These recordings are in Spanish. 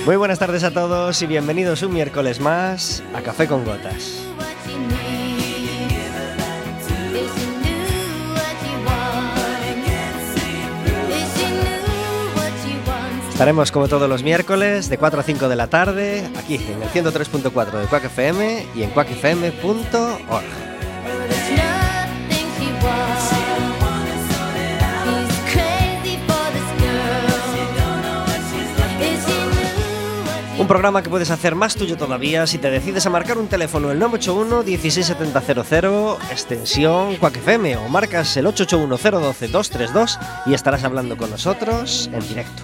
Muy buenas tardes a todos y bienvenidos un miércoles más a Café con Gotas. Estaremos como todos los miércoles de 4 a 5 de la tarde aquí en el 103.4 de Quack FM y en quackfm.org. Un programa que puedes hacer más tuyo todavía si te decides a marcar un teléfono el 981 16700 extensión Quack FM o marcas el 881 012 232 y estarás hablando con nosotros en directo.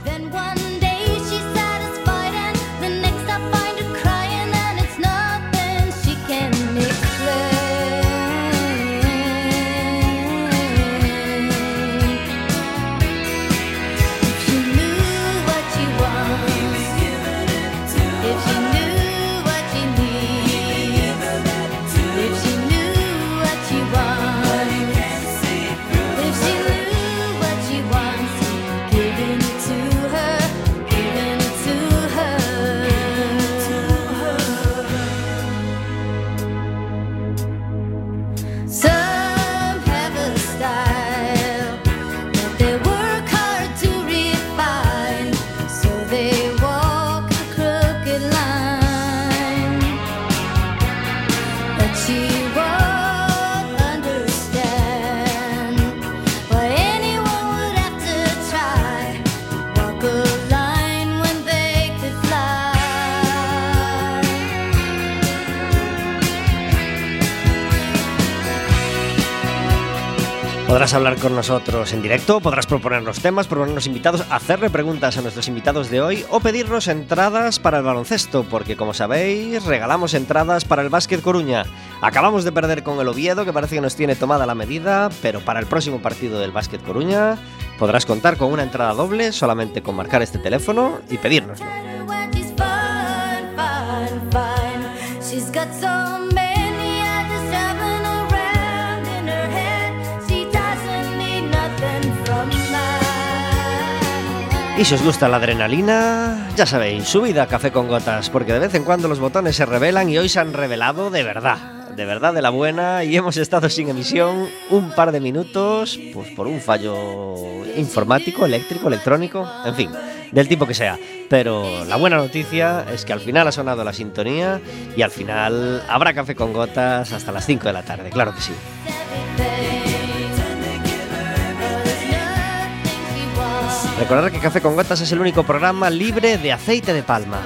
Podrás hablar con nosotros en directo, podrás proponernos temas, proponernos invitados, hacerle preguntas a nuestros invitados de hoy o pedirnos entradas para el baloncesto, porque como sabéis, regalamos entradas para el Básquet Coruña. Acabamos de perder con el Oviedo, que parece que nos tiene tomada la medida, pero para el próximo partido del Básquet Coruña podrás contar con una entrada doble solamente con marcar este teléfono y pedírnoslo. Y si os gusta la adrenalina, ya sabéis, subid a Café con Gotas, porque de vez en cuando los botones se revelan y hoy se han revelado de verdad de la buena, y hemos estado sin emisión un par de minutos, pues por un fallo informático, eléctrico, electrónico, en fin, del tipo que sea. Pero la buena noticia es que al final ha sonado la sintonía y al final habrá Café con Gotas hasta las 5 de la tarde, claro que sí. Recordad que Café con Gotas es el único programa libre de aceite de palma.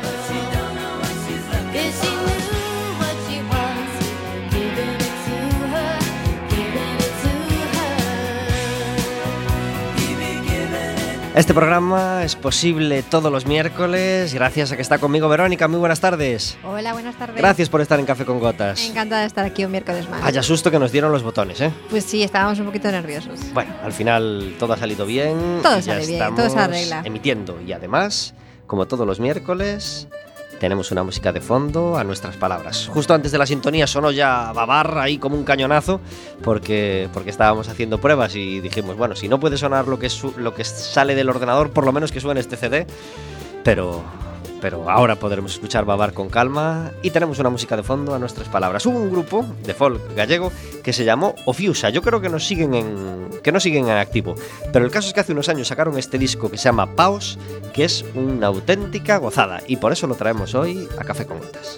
Este programa es posible todos los miércoles gracias a que está conmigo Verónica. Muy buenas tardes. Hola, buenas tardes. Gracias por estar en Café con Gotas. Encantada de estar aquí un miércoles más. Vaya susto que nos dieron los botones, ¿eh? Pues sí, estábamos un poquito nerviosos. Bueno, al final todo ha salido bien. Todo sale bien, todo se arregla. Emitiendo y además, como todos los miércoles, tenemos una música de fondo a nuestras palabras. Justo antes de la sintonía sonó ya Babar ahí como un cañonazo porque estábamos haciendo pruebas y dijimos, bueno, si no puede sonar lo que sale del ordenador, por lo menos que suene este CD, pero ahora podremos escuchar Babar con calma y tenemos una música de fondo a nuestras palabras. Hubo un grupo de folk gallego que se llamó Ofiusa. Yo creo que no siguen en activo, pero el caso es que hace unos años sacaron este disco que se llama Paos, que es una auténtica gozada y por eso lo traemos hoy a Café con Gotas.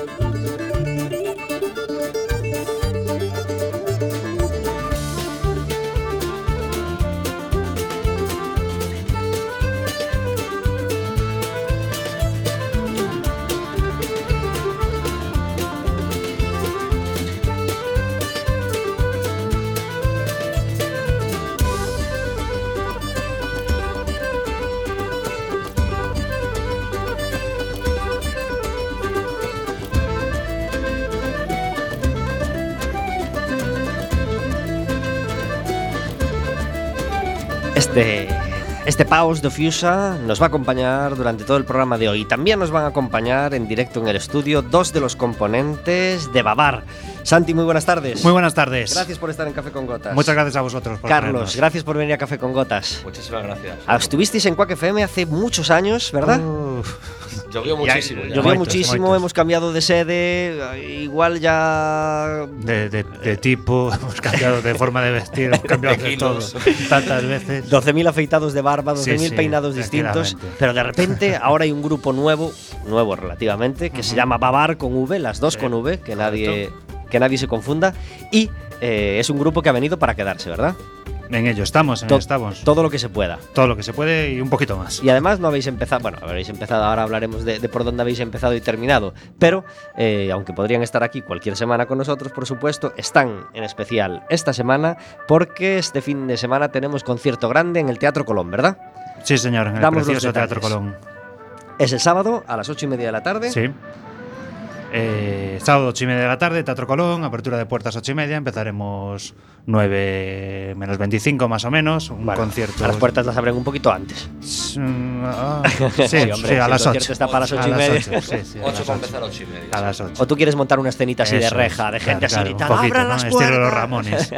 Este Paos de Ofiusa nos va a acompañar durante todo el programa de hoy. También nos van a acompañar en directo en el estudio dos de los componentes de Babar. Santi, muy buenas tardes. Muy buenas tardes. Gracias por estar en Café con Gotas. Muchas gracias a vosotros por Carlos, ponernos. gracias por venir a Café con Gotas. Muchísimas gracias. Estuvisteis en Quack FM hace muchos años, ¿verdad? Llovió muchísimo. Llovió muchísimo, hemos cambiado de sede, igual ya... De tipo, hemos cambiado de forma de vestir, hemos cambiado de todo, tantas veces. 12.000 afeitados de barba, 12.000 peinados distintos, pero de repente ahora hay un grupo nuevo relativamente, que se llama Babar con V, las dos con V, que nadie se confunda, y es un grupo que ha venido para quedarse, ¿verdad? En ello estamos. Todo lo que se pueda. Todo lo que se puede y un poquito más. Y además no habéis empezado, ahora hablaremos de por dónde habéis empezado y terminado, pero aunque podrían estar aquí cualquier semana con nosotros, por supuesto, están en especial esta semana porque este fin de semana tenemos concierto grande en el Teatro Colón, ¿verdad? Sí, señor, en el precioso Teatro Colón. Es el sábado a las 8:30 de la tarde. Sí. Sábado 8:30 de la tarde, Teatro Colón, apertura de puertas 8:30, empezaremos 9 menos 25 más o menos, un concierto. A las puertas las abren un poquito antes. Sí, a las 8. Está para las 8:30. Sí, 8 para empezar, 8:30. A las 8. O tú quieres montar una escenita así de reja, de gente así gritar, ¡abran las puertas! Estilo Los Ramones,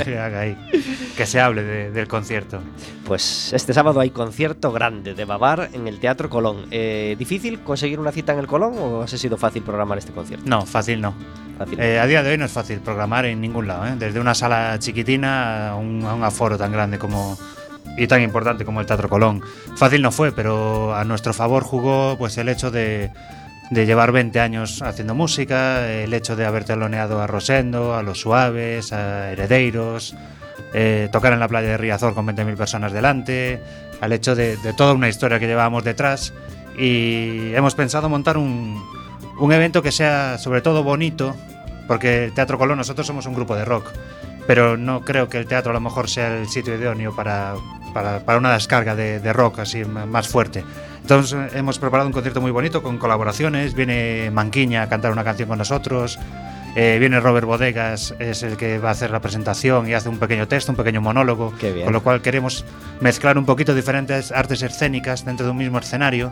que se hable del concierto. Pues este sábado hay concierto grande de Babar en el Teatro Colón. ¿Difícil conseguir una cita en el Colón o ha sido fácil programar este concierto? No, fácil no. A día de hoy no es fácil programar en ningún lado, desde una sala chiquitina a un aforo tan grande y tan importante como el Teatro Colón. Fácil no fue, pero a nuestro favor jugó pues el hecho de llevar 20 años haciendo música, el hecho de haber teloneado a Rosendo, a Los Suaves, a Heredeiros, tocar en la playa de Riazor con 20.000 personas delante, al hecho de toda una historia que llevábamos detrás, y hemos pensado montar un evento que sea sobre todo bonito, porque el Teatro Colón, nosotros somos un grupo de rock, pero no creo que el teatro a lo mejor sea el sitio idóneo para una descarga de rock así más fuerte. Entonces hemos preparado un concierto muy bonito con colaboraciones, viene Manquiña a cantar una canción con nosotros, viene Robert Bodegas, es el que va a hacer la presentación y hace un pequeño texto, un pequeño monólogo, con lo cual queremos mezclar un poquito diferentes artes escénicas dentro de un mismo escenario.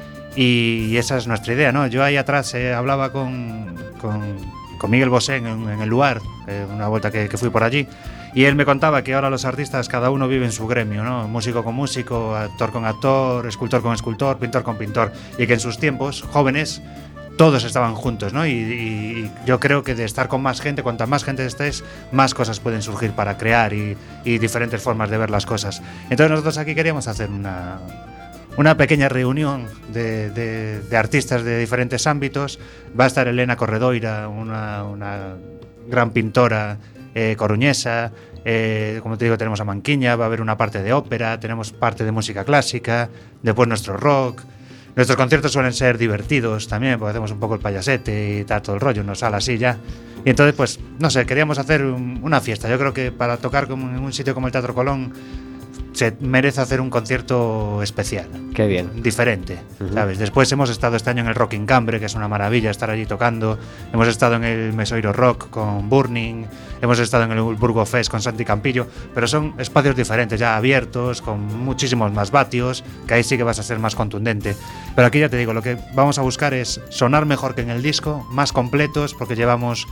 Y esa es nuestra idea, ¿no? Yo ahí atrás hablaba con Miguel Bosé en el lugar, una vuelta que fui por allí, y él me contaba que ahora los artistas cada uno vive en su gremio, ¿no? Músico con músico, actor con actor, escultor con escultor, pintor con pintor, y que en sus tiempos jóvenes todos estaban juntos, ¿no? Y yo creo que de estar con más gente, cuanta más gente estés, más cosas pueden surgir para crear y diferentes formas de ver las cosas. Entonces nosotros aquí queríamos hacer una pequeña reunión de artistas de diferentes ámbitos. Va a estar Elena Corredoira, una gran pintora coruñesa. Como te digo, tenemos a Manquiña, va a haber una parte de ópera, tenemos parte de música clásica, después nuestro rock. Nuestros conciertos suelen ser divertidos también, porque hacemos un poco el payasete y tal, todo el rollo, nos sale así ya. Y entonces, pues, no sé, queríamos hacer una fiesta. Yo creo que para tocar en un sitio como el Teatro Colón se merece hacer un concierto especial. Qué bien. Diferente, ¿sabes? Después hemos estado este año en el Rock in Cambre, que es una maravilla estar allí tocando. Hemos estado en el Mesoiro Rock con Burning. Hemos estado en el Burgo Fest con Santi Campillo. Pero son espacios diferentes, ya abiertos, con muchísimos más vatios, que ahí sí que vas a ser más contundente. Pero aquí ya te digo, lo que vamos a buscar es sonar mejor que en el disco, más completos, porque llevamos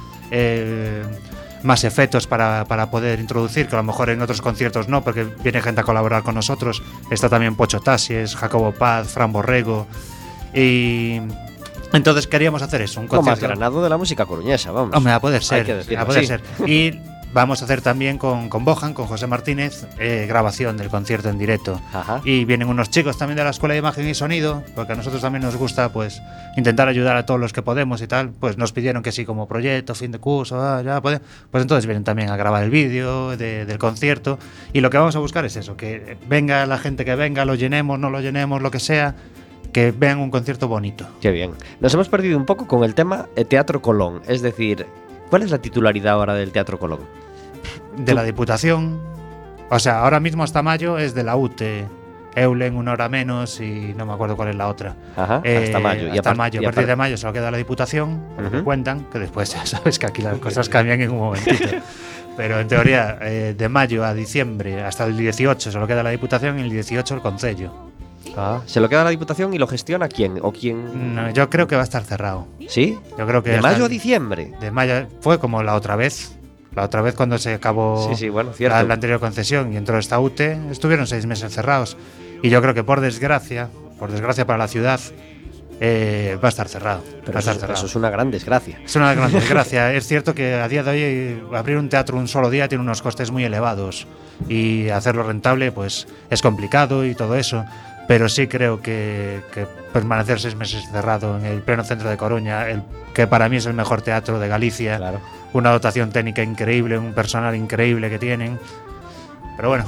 más efectos para poder introducir, que a lo mejor en otros conciertos no, porque viene gente a colaborar con nosotros. Está también Pocho Tasies, Jacobo Paz, Fran Borrego, y entonces queríamos hacer eso, un concierto. Como más granado de la música coruñesa, vamos. Hombre, a poder ser, sí. ser. Y vamos a hacer también con Bojan, con José Martínez, grabación del concierto en directo. Ajá. Y vienen unos chicos también de la Escuela de Imagen y Sonido, porque a nosotros también nos gusta pues intentar ayudar a todos los que podemos y tal. Pues nos pidieron que sí, como proyecto, fin de curso, ya podemos. Pues entonces vienen también a grabar el vídeo del concierto. Y lo que vamos a buscar es eso, que venga la gente que venga, lo llenemos, no lo llenemos, lo que sea, que vean un concierto bonito. Qué bien. Nos hemos perdido un poco con el tema Teatro Colón. Es decir, ¿cuál es la titularidad ahora del Teatro Colón? De la Diputación. O sea, ahora mismo hasta mayo es de la UTE, Eulen, una hora menos, y no me acuerdo cuál es la otra. Ajá, hasta mayo. Hasta mayo. A partir de mayo se lo queda la Diputación, por lo que cuentan, que después ya sabes que aquí las cosas cambian en un momentito. Pero en teoría, de mayo a diciembre, hasta el 18 se lo queda la Diputación y el 18 el Concello. ¿Se lo queda la Diputación y lo gestiona quién? ¿O quién? No, yo creo que va a estar cerrado. ¿Sí? Yo creo que ¿De mayo a diciembre? De mayo. Fue como la otra vez. La otra vez cuando se acabó cierto. la anterior concesión y entró esta UTE, estuvieron 6 meses cerrados. Y yo creo que por desgracia para la ciudad, va a estar cerrado. Pero eso es una gran desgracia. Es una gran desgracia. Es cierto que a día de hoy abrir un teatro un solo día tiene unos costes muy elevados y hacerlo rentable pues es complicado y todo eso. Pero sí creo que permanecer 6 meses cerrado en el pleno centro de Coruña, que para mí es el mejor teatro de Galicia, claro. Una dotación técnica increíble, un personal increíble que tienen. Pero bueno,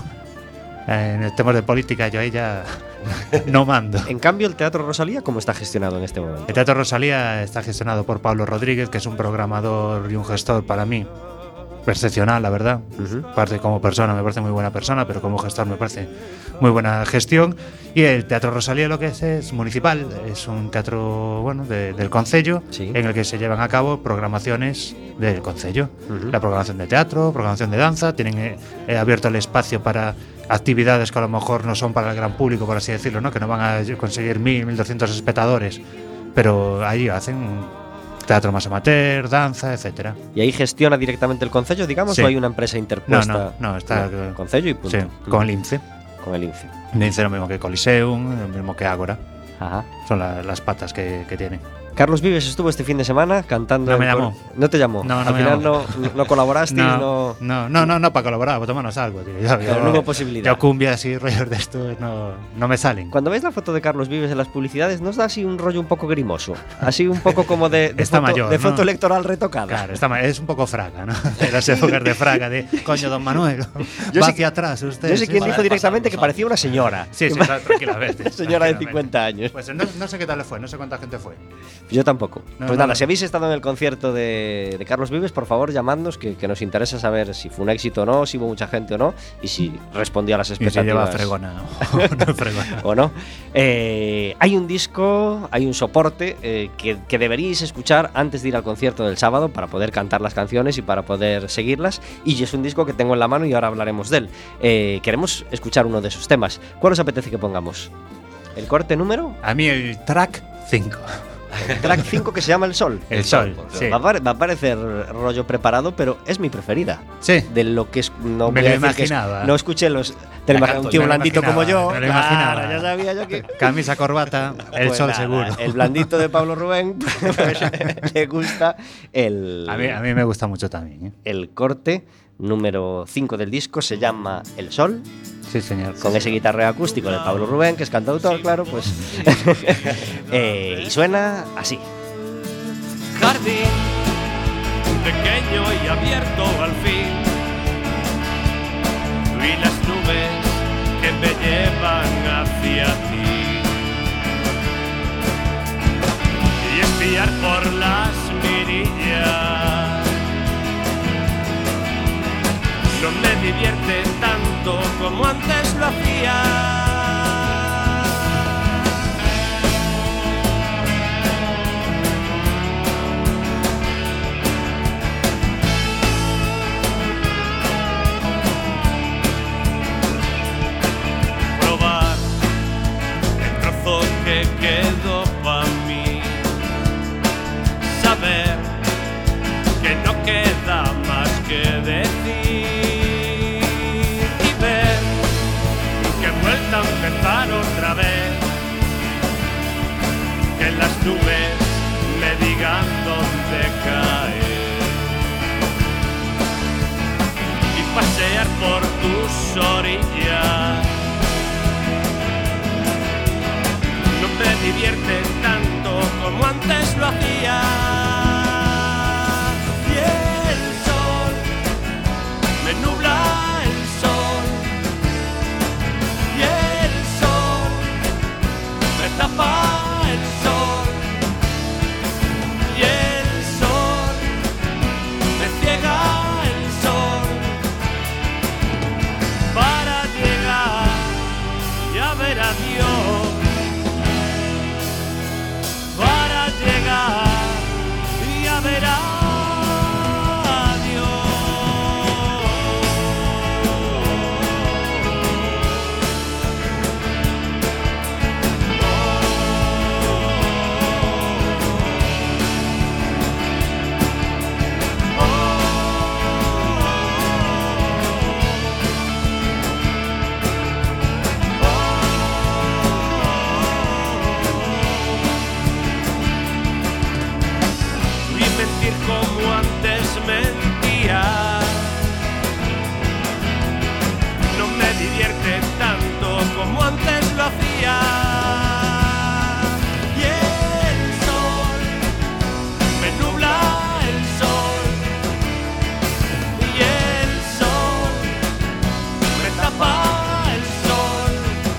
en temas de política yo ahí ya no mando. En cambio, el Teatro Rosalía, ¿cómo está gestionado en este momento? El Teatro Rosalía está gestionado por Pablo Rodríguez, que es un programador y un gestor para mí excepcional, la verdad. Aparte, como persona me parece muy buena persona, pero como gestor me parece muy buena gestión. Y el Teatro Rosalía lo que es municipal, es un teatro del concello, sí, en el que se llevan a cabo programaciones del concello. La programación de teatro, programación de danza, tienen abierto el espacio para actividades que a lo mejor no son para el gran público, por así decirlo, ¿no? Que no van a conseguir 1.200 espectadores, pero ahí hacen teatro más amateur, danza, etcétera. ¿Y ahí gestiona directamente el concello, digamos, sí, o hay una empresa interpuesta? No, está el concello y punto. Sí, con el INCE. Con el INCE. El INCE lo mismo que Coliseum, lo mismo que Ágora. Ajá. Son las patas que tienen. Carlos Vives estuvo este fin de semana cantando. No me llamó. ¿No te llamó? No, al final no colaboraste. No para colaborar, pues tomarnos algo, tío. Pero no hubo posibilidad. Yo cumbias y rollos de esto no me salen. Cuando ves la foto de Carlos Vives en las publicidades, ¿nos da así un rollo un poco grimoso? Así un poco como de está foto, mayor, de foto electoral retocada. Claro, es un poco Fraga, ¿no? De las épocas de Fraga, de coño, don Manuel, va hacia atrás usted. Yo sé quién dijo directamente que parecía una señora. Sí, tranquilamente. Señora de 50 años. Pues no sé qué tal le fue, no sé cuánta gente fue. Yo tampoco. Pues nada, si habéis estado en el concierto de Carlos Vives, por favor, llamadnos, que nos interesa saber si fue un éxito o no, si hubo mucha gente o no, y si respondió a las expectativas. Y si lleva fregona o no fregona. O no. Hay un disco, hay un soporte que deberíais escuchar antes de ir al concierto del sábado para poder cantar las canciones y para poder seguirlas, y es un disco que tengo en la mano y ahora hablaremos de él. Queremos escuchar uno de esos temas. ¿Cuál os apetece que pongamos? ¿El corte número? A mí el track 5. El track 5 que se llama El Sol. El Sol, sí. Va a parecer rollo preparado, pero es mi preferida. Sí. De lo que es. No me voy lo a decir imaginaba. No escuché los. Te lo imaginas un tío blandito como yo. Me lo imaginaba. Claro, ya sabía yo que. Camisa, corbata, el pues Sol nada, seguro. El blandito de Pablo Rubén pues, le gusta el. A mí me gusta mucho también. El corte número 5 del disco se llama El Sol. Sí, señor. Con ese guitarreo acústico de Pablo Rubén, que es cantautor, claro, pues. Y suena así. Jardín pequeño y abierto al fin, y las nubes que me llevan hacia ti, y espiar por las mirillas no me divierte tanto como antes lo hacía. Que quedó pa' mí, saber que no queda más que decir y ver que he vuelto a empezar otra vez, que las nubes me digan dónde caer y pasear por tus orillas. Me divierte tanto como antes lo hacía. Y el sol me nubla el sol, y el sol me tapa el sol, y el sol me ciega el sol para llegar y a ver a Dios. Para llegar mentir como antes mentía. No me divierte tanto como antes lo hacía. Y el sol me nubla el sol. Y el sol me tapa el sol.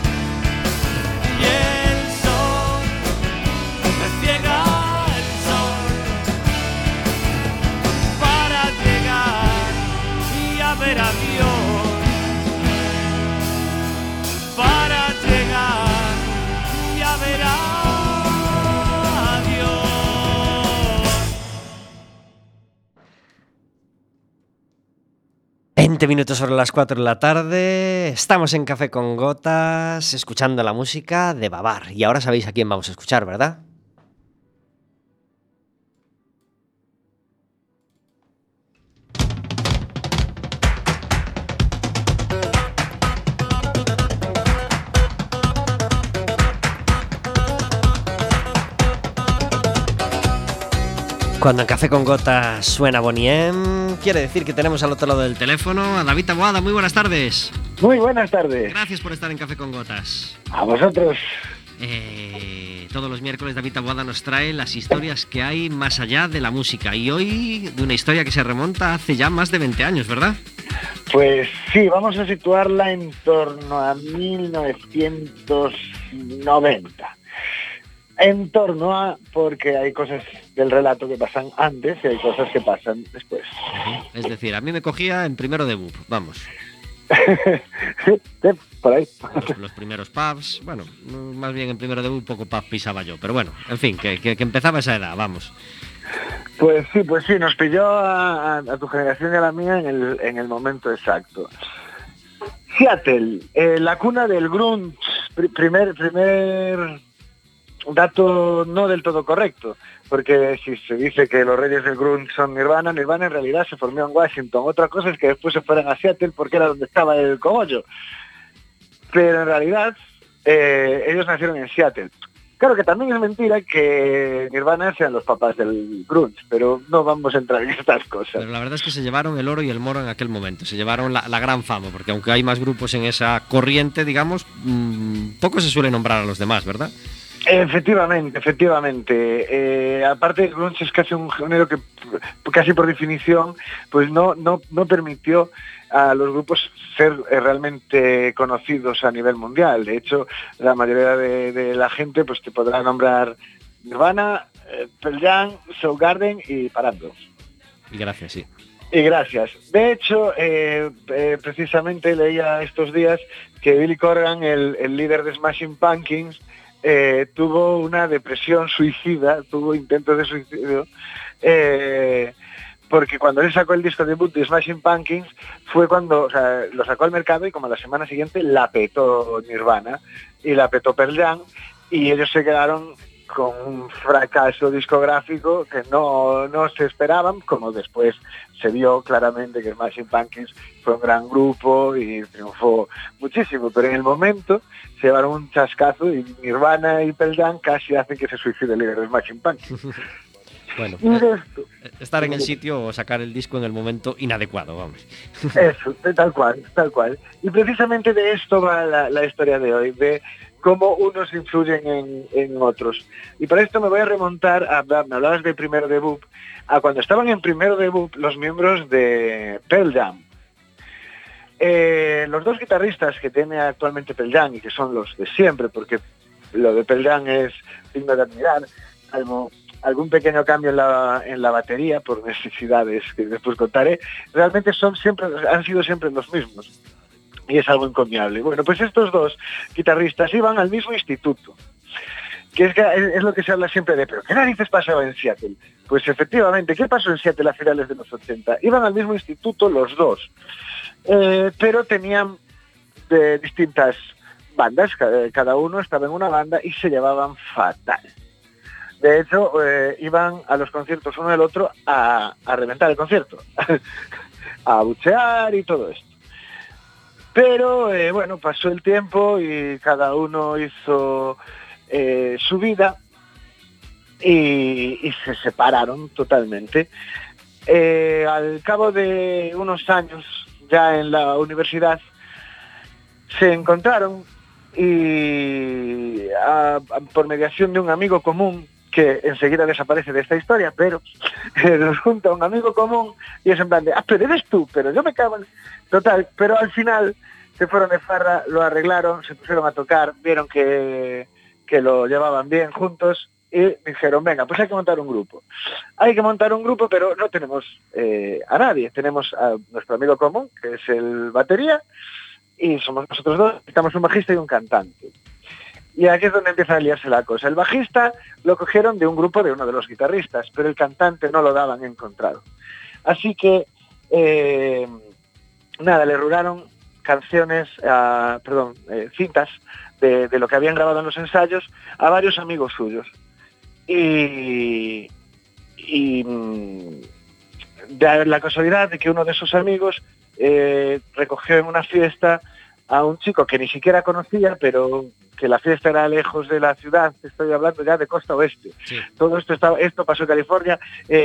Y el sol me ciega el sol. Para llegar y a ver a Dios. Para llegar y a ver a Dios. 20 minutos sobre las 4 de la tarde. Estamos en Café con Gotas, escuchando la música de Babar. Y ahora sabéis a quién vamos a escuchar, ¿verdad? Cuando en Café con Gotas suena Bonnie M, quiere decir que tenemos al otro lado del teléfono a David Taboada. Muy buenas tardes. Muy buenas tardes. Gracias por estar en Café con Gotas. A vosotros. Todos los miércoles David Taboada nos trae las historias que hay más allá de la música. Y hoy de una historia que se remonta hace ya más de 20 años, ¿verdad? Pues sí, vamos a situarla en torno a 1990. En torno a, porque hay cosas del relato que pasan antes y hay cosas que pasan después. Es decir, a mí me cogía en primero de BUP, vamos. Sí, por ahí. Los primeros pubs, bueno, más bien en primero de BUP poco pub pisaba yo, pero bueno, en fin, que empezaba esa edad, vamos. Pues sí, nos pilló a tu generación y a la mía en el momento exacto. Seattle, la cuna del grunge, primer dato no del todo correcto, porque si se dice que los reyes del grunge son Nirvana en realidad se formó en Washington. Otra cosa es que después se fueran a Seattle porque era donde estaba el cogollo. Pero en realidad ellos nacieron en Seattle. Claro que también es mentira que Nirvana sean los papás del grunge, pero no vamos a entrar en estas cosas. Pero la verdad es que se llevaron el oro y el moro en aquel momento, se llevaron la gran fama, porque aunque hay más grupos en esa corriente, digamos, poco se suele nombrar a los demás, ¿verdad? Efectivamente. Aparte el grunge es casi un género que casi por definición pues no permitió a los grupos ser realmente conocidos a nivel mundial. De hecho, la mayoría de la gente pues te podrá nombrar Nirvana, Pearl Jam, Soundgarden y parando. Y gracias, sí. Y gracias. De hecho, precisamente leía estos días que Billy Corgan, el líder de Smashing Pumpkins, tuvo una depresión suicida, tuvo intentos de suicidio, porque cuando él sacó el disco debut de Smashing Pumpkins fue cuando, o sea, lo sacó al mercado y como a la semana siguiente la petó Nirvana y la petó Pearl Jam y ellos se quedaron con un fracaso discográfico que no se esperaban, como después se vio claramente que Smashing Pumpkins fue un gran grupo y triunfó muchísimo, pero en el momento se llevaron un chascazo y Nirvana y Pearl Jam casi hacen que se suicide el líder de Smashing Pumpkins. Bueno, estar en el sitio o sacar el disco en el momento inadecuado, vamos. Eso, tal cual. Y precisamente de esto va la historia de hoy, de cómo unos influyen en otros. Y para esto me voy a remontar, me hablabas de primero de BUP, a cuando estaban en primero de BUP los miembros de Pearl Jam. Los dos guitarristas que tiene actualmente Pearl Jam y que son los de siempre, porque lo de Pearl Jam es digno de admirar, algún pequeño cambio en la batería por necesidades que después contaré, realmente han sido siempre los mismos. Y es algo encomiable. Bueno, pues estos dos guitarristas iban al mismo instituto. Que es lo que se habla siempre de, ¿pero qué narices pasaba en Seattle? Pues efectivamente, ¿qué pasó en Seattle a finales de los 80? Iban al mismo instituto los dos, pero tenían distintas bandas, cada uno estaba en una banda y se llevaban fatal. De hecho, iban a los conciertos uno del otro a reventar el concierto, a buchear y todo esto. Pero bueno, pasó el tiempo y cada uno hizo su vida y se separaron totalmente. Al cabo de unos años, ya en la universidad, se encontraron y por mediación de un amigo común, que enseguida desaparece de esta historia, pero nos junta un amigo común y es en plan de, pero eres tú, pero yo me cago en... Total, pero al final se fueron de farra, lo arreglaron, se pusieron a tocar, vieron que lo llevaban bien juntos y dijeron, venga, pues hay que montar un grupo. Hay que montar un grupo, pero no tenemos a nadie. Tenemos a nuestro amigo común, que es el batería, y somos nosotros dos, estamos un bajista y un cantante. Y aquí es donde empieza a liarse la cosa. El bajista lo cogieron de un grupo de uno de los guitarristas, pero el cantante no lo daban encontrado. Así que, le rularon canciones, cintas de lo que habían grabado en los ensayos a varios amigos suyos. Y de la casualidad de que uno de sus amigos recogió en una fiesta a un chico que ni siquiera conocía, pero que la fiesta era lejos de la ciudad, estoy hablando ya de costa oeste. Sí. Todo esto pasó en California.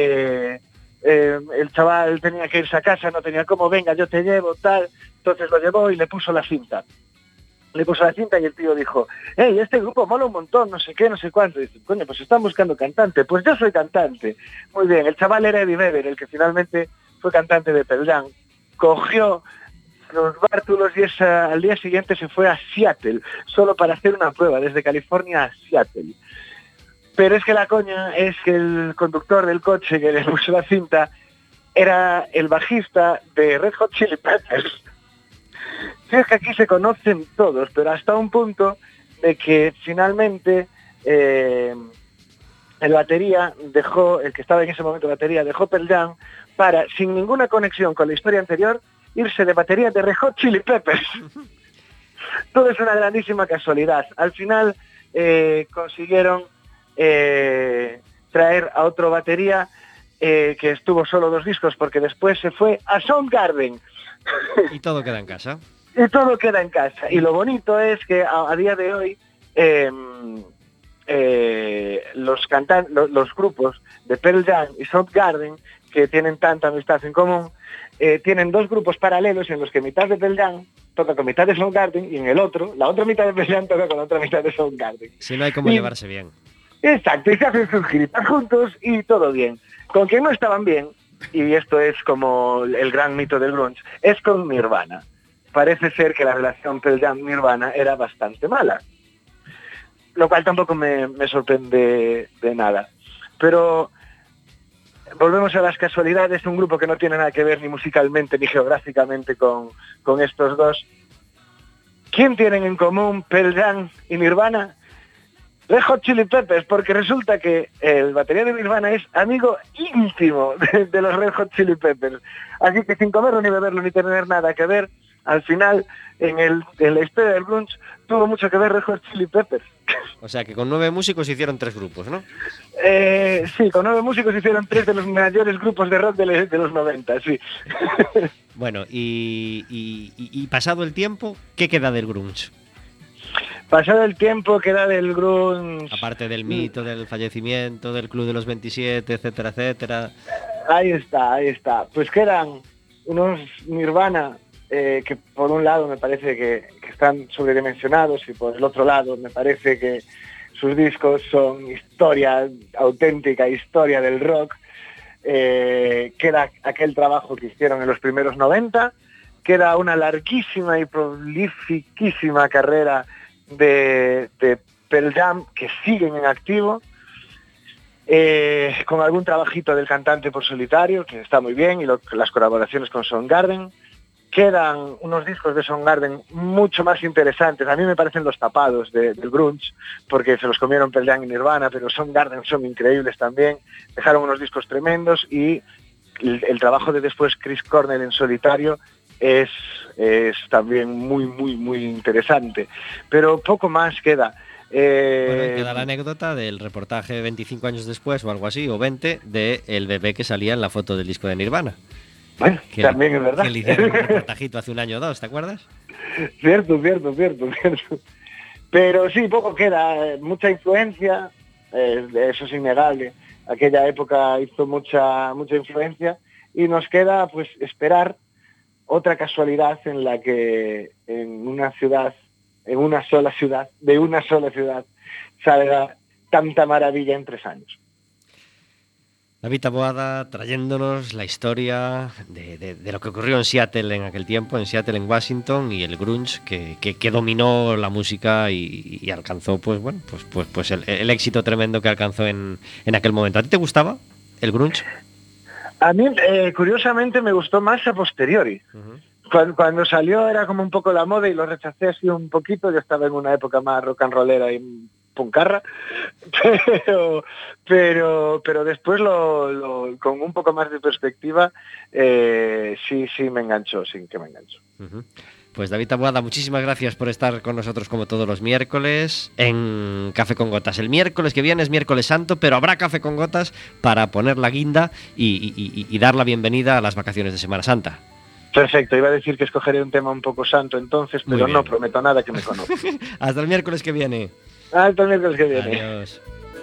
El chaval tenía que irse a casa, no tenía cómo, venga, yo te llevo, tal. Entonces lo llevó y le puso la cinta. Le puso la cinta y el tío dijo, hey, este grupo mola un montón, no sé qué, no sé cuánto. Y dice, coño, pues están buscando cantante. Pues yo soy cantante. Muy bien, el chaval era Eddie Vedder, el que finalmente fue cantante de Pearl Jam. Cogió los bártulos y al día siguiente se fue a Seattle, solo para hacer una prueba, desde California a Seattle. Pero es que la coña es que el conductor del coche que le puso la cinta era el bajista de Red Hot Chili Peppers. Sí, es que aquí se conocen todos, pero hasta un punto de que finalmente el batería dejó, el que estaba en ese momento batería, dejó Pearl Jam para, sin ninguna conexión con la historia anterior, irse de batería de Red Hot Chili Peppers. Todo es una grandísima casualidad. Al final consiguieron traer a otro batería que estuvo solo 2 discos, porque después se fue a Soundgarden. Y todo queda en casa. Y todo queda en casa. Y lo bonito es que a día de hoy los grupos de Pearl Jam y Soundgarden, que tienen tanta amistad en común, tienen 2 grupos paralelos en los que mitad de Pearl Jam toca con mitad de Soundgarden y en el otro, la otra mitad de Pearl Jam toca con la otra mitad de Soundgarden. Si no hay cómo llevarse bien. Exacto, y se hacen sus giritas juntos y todo bien. Con quien no estaban bien, y esto es como el gran mito del grunge, es con Nirvana. Parece ser que la relación Pearl Jam-Nirvana era bastante mala, lo cual tampoco me sorprende de nada. Pero volvemos a las casualidades, un grupo que no tiene nada que ver ni musicalmente ni geográficamente con estos dos. ¿Quién tienen en común Pearl Jam y Nirvana? Red Hot Chili Peppers, porque resulta que el batería de Nirvana es amigo íntimo de los Red Hot Chili Peppers. Así que sin comerlo ni beberlo ni tener nada que ver, al final, en la historia del grunge, tuvo mucho que ver Red Hot Chili Peppers. O sea que con 9 músicos hicieron 3 grupos, ¿no? Sí, con 9 músicos hicieron 3 de los mayores grupos de rock de los 90, sí. Bueno, y pasado el tiempo, ¿qué queda del grunge? Pasado el tiempo, queda del grunge... Aparte del mito, del fallecimiento, del Club de los 27, etcétera, etcétera. Ahí está. Pues quedan unos Nirvana que por un lado me parece que están sobredimensionados y por el otro lado me parece que sus discos son auténtica historia del rock. Queda aquel trabajo que hicieron en los primeros 90, queda una larguísima y prolifiquísima carrera de Pearl Jam que siguen en activo, con algún trabajito del cantante por solitario que está muy bien, y las colaboraciones con Soundgarden. Quedan unos discos de Soundgarden mucho más interesantes. A mí me parecen los tapados del grunge, porque se los comieron Pearl Jam y Nirvana, pero Soundgarden son increíbles también. Dejaron unos discos tremendos, y el trabajo de después Chris Cornell en solitario es también muy, muy, muy interesante. Pero poco más queda. Bueno, queda la anécdota del reportaje 25 años después o algo así, o 20, de el bebé que salía en la foto del disco de Nirvana. Bueno, también es verdad. Que le hicieron un reportajito hace un año o 2, ¿te acuerdas? Cierto. Pero sí, poco queda. Mucha influencia, eso es innegable. Aquella época hizo mucha influencia y nos queda pues esperar otra casualidad en la que de una sola ciudad, salga tanta maravilla en 3 años. David Taboada trayéndonos la historia de lo que ocurrió en Seattle en aquel tiempo, en Seattle, en Washington, y el grunge que dominó la música y alcanzó pues el éxito tremendo que alcanzó en aquel momento. ¿A ti te gustaba el grunge? A mí, curiosamente, me gustó más a posteriori. Uh-huh. Cuando salió era como un poco la moda y lo rechacé así un poquito. Yo estaba en una época más rock and rollera y puncarra, pero después con un poco más de perspectiva sí me enganchó, sí que me enganchó. Uh-huh. Pues David Taboada, muchísimas gracias por estar con nosotros como todos los miércoles en Café con Gotas. El miércoles que viene es miércoles santo, pero habrá Café con Gotas para poner la guinda y dar la bienvenida a las vacaciones de Semana Santa. Perfecto, iba a decir que escogeré un tema un poco santo entonces, pero no prometo nada que me conozca. Hasta el miércoles que viene. Hasta el miércoles que viene. Adiós.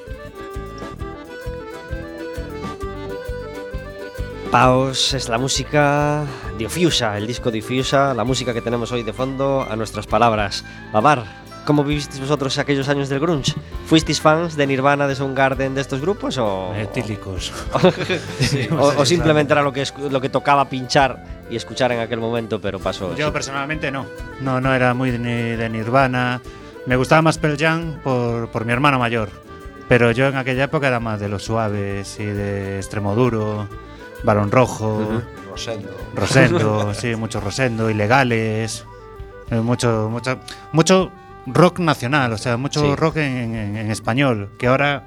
Paos es la música de Ofiusa, el disco de Ofiusa, la música que tenemos hoy de fondo a nuestras palabras. Babar, ¿cómo vivisteis vosotros aquellos años del grunge? ¿Fuisteis fans de Nirvana, de Soundgarden, de estos grupos o...? Etílicos. Sí, o simplemente era lo que tocaba pinchar y escuchar en aquel momento, pero pasó... Yo personalmente no era muy de Nirvana. Me gustaba más Pearl Jam por mi hermano mayor, pero yo en aquella época era más de Los Suaves y de Extremoduro, Barón Rojo, uh-huh. Rosendo, sí, mucho Rosendo, Ilegales, mucho rock nacional, o sea, mucho rock en español, que ahora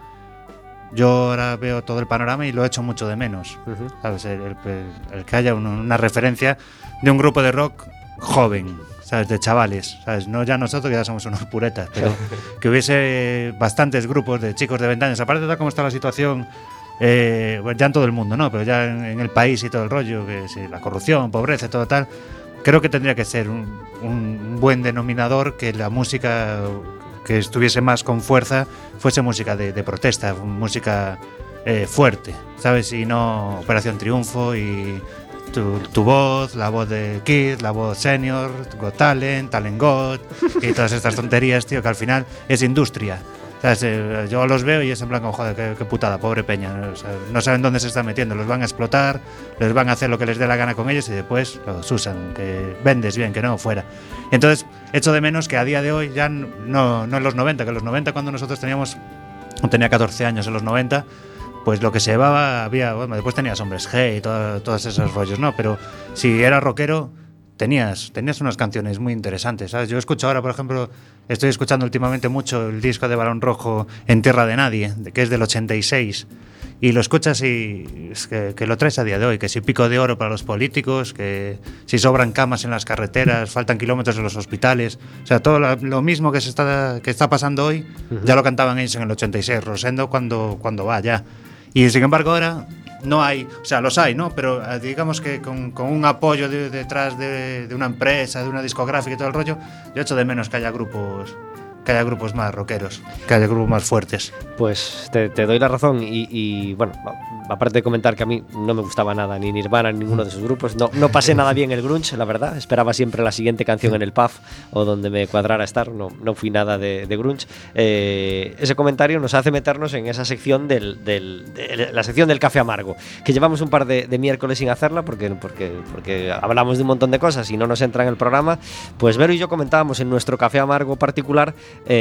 veo todo el panorama y lo echo mucho de menos. Uh-huh. ¿Sabes? El que haya una referencia de un grupo de rock joven, ¿sabes? De chavales, ¿sabes? No ya nosotros, que ya somos unos puretas, pero que hubiese bastantes grupos de chicos de 20 años. Aparte de cómo está la situación, ya en todo el mundo, ¿no? Pero ya en el país y todo el rollo, que sí, la corrupción, pobreza y todo tal, creo que tendría que ser un buen denominador que la música que estuviese más con fuerza fuese música de protesta, música fuerte, ¿sabes? Y no Operación Triunfo y tu voz, la voz de Kid, la voz Senior, Got Talent, Talent God y todas estas tonterías, tío, que al final es industria. O sea, yo los veo y es en plan, joder, qué putada, pobre peña. O sea, no saben dónde se están metiendo, los van a explotar, les van a hacer lo que les dé la gana con ellos y después los usan, que vendes bien, que no, fuera. Entonces, echo de menos que a día de hoy, ya no en los 90, que en los 90 cuando nosotros tenía 14 años en los 90, pues lo que se llevaba, después tenías Hombres G y todos esos rollos, ¿no? Pero si eras rockero, tenías unas canciones muy interesantes, ¿sabes? Yo escucho ahora, por ejemplo, estoy escuchando últimamente mucho el disco de Barón Rojo, En Tierra de Nadie, que es del 86, y lo escuchas y es que lo traes a día de hoy, que si pico de oro para los políticos, que si sobran camas en las carreteras, faltan kilómetros en los hospitales, o sea, todo lo mismo que está pasando hoy, ya lo cantaban ellos en el 86, Rosendo cuando va ya. Y sin embargo ahora no hay, o sea, los hay, ¿no? Pero digamos que con un apoyo detrás de una empresa, de una discográfica y todo el rollo, yo echo de menos que haya grupos más rockeros, que haya grupos más fuertes. Pues te doy la razón y bueno, aparte de comentar que a mí no me gustaba nada ni Nirvana ni ninguno de esos grupos, no pasé nada bien el grunge, la verdad, esperaba siempre la siguiente canción en el pub o donde me cuadrara estar, no fui nada de grunge. Ese comentario nos hace meternos en esa sección la sección del café amargo, que llevamos un par de miércoles sin hacerla porque hablamos de un montón de cosas y no nos entra en el programa. Pues Vero y yo comentábamos en nuestro café amargo particular